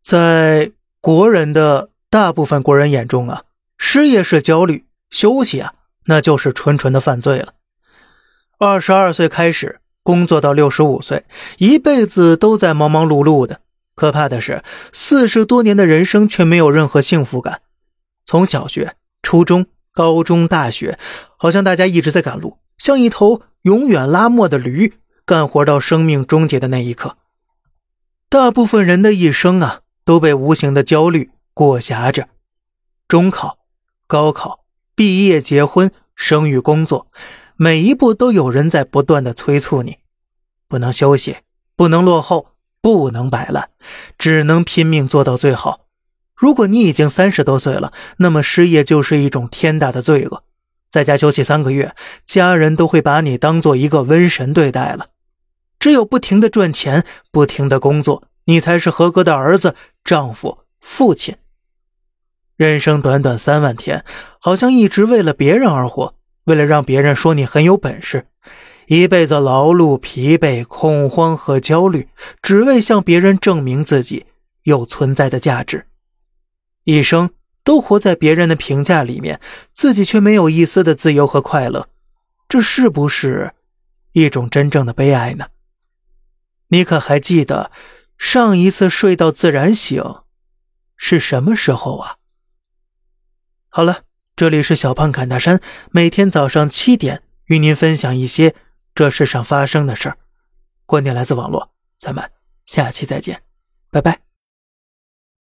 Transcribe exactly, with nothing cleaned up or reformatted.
在国人的大部分国人眼中啊，失业是焦虑，休息啊，那就是纯纯的犯罪了。二十二岁开始工作到六十五岁，一辈子都在忙忙碌碌的。可怕的是，四十多年的人生却没有任何幸福感。从小学、初中、高中、大学，好像大家一直在赶路，像一头永远拉磨的驴，干活到生命终结的那一刻。大部分人的一生啊，都被无形的焦虑裹挟着。中考、高考、毕业、结婚、生育、工作，每一步都有人在不断的催促你。不能休息，不能落后，不能摆烂，只能拼命做到最好。如果你已经三十多岁了，那么失业就是一种天大的罪恶。在家休息三个月，家人都会把你当做一个瘟神对待了。只有不停的赚钱，不停的工作，你才是合格的儿子、丈夫、父亲。人生短短三万天，好像一直为了别人而活，为了让别人说你很有本事，一辈子劳碌、疲惫、恐慌和焦虑，只为向别人证明自己有存在的价值。一生都活在别人的评价里面，自己却没有一丝的自由和快乐，这是不是一种真正的悲哀呢？你可还记得上一次睡到自然醒是什么时候啊？好了，这里是小胖侃大山，每天早上七点与您分享一些这世上发生的事儿。观点来自网络，咱们下期再见，拜拜。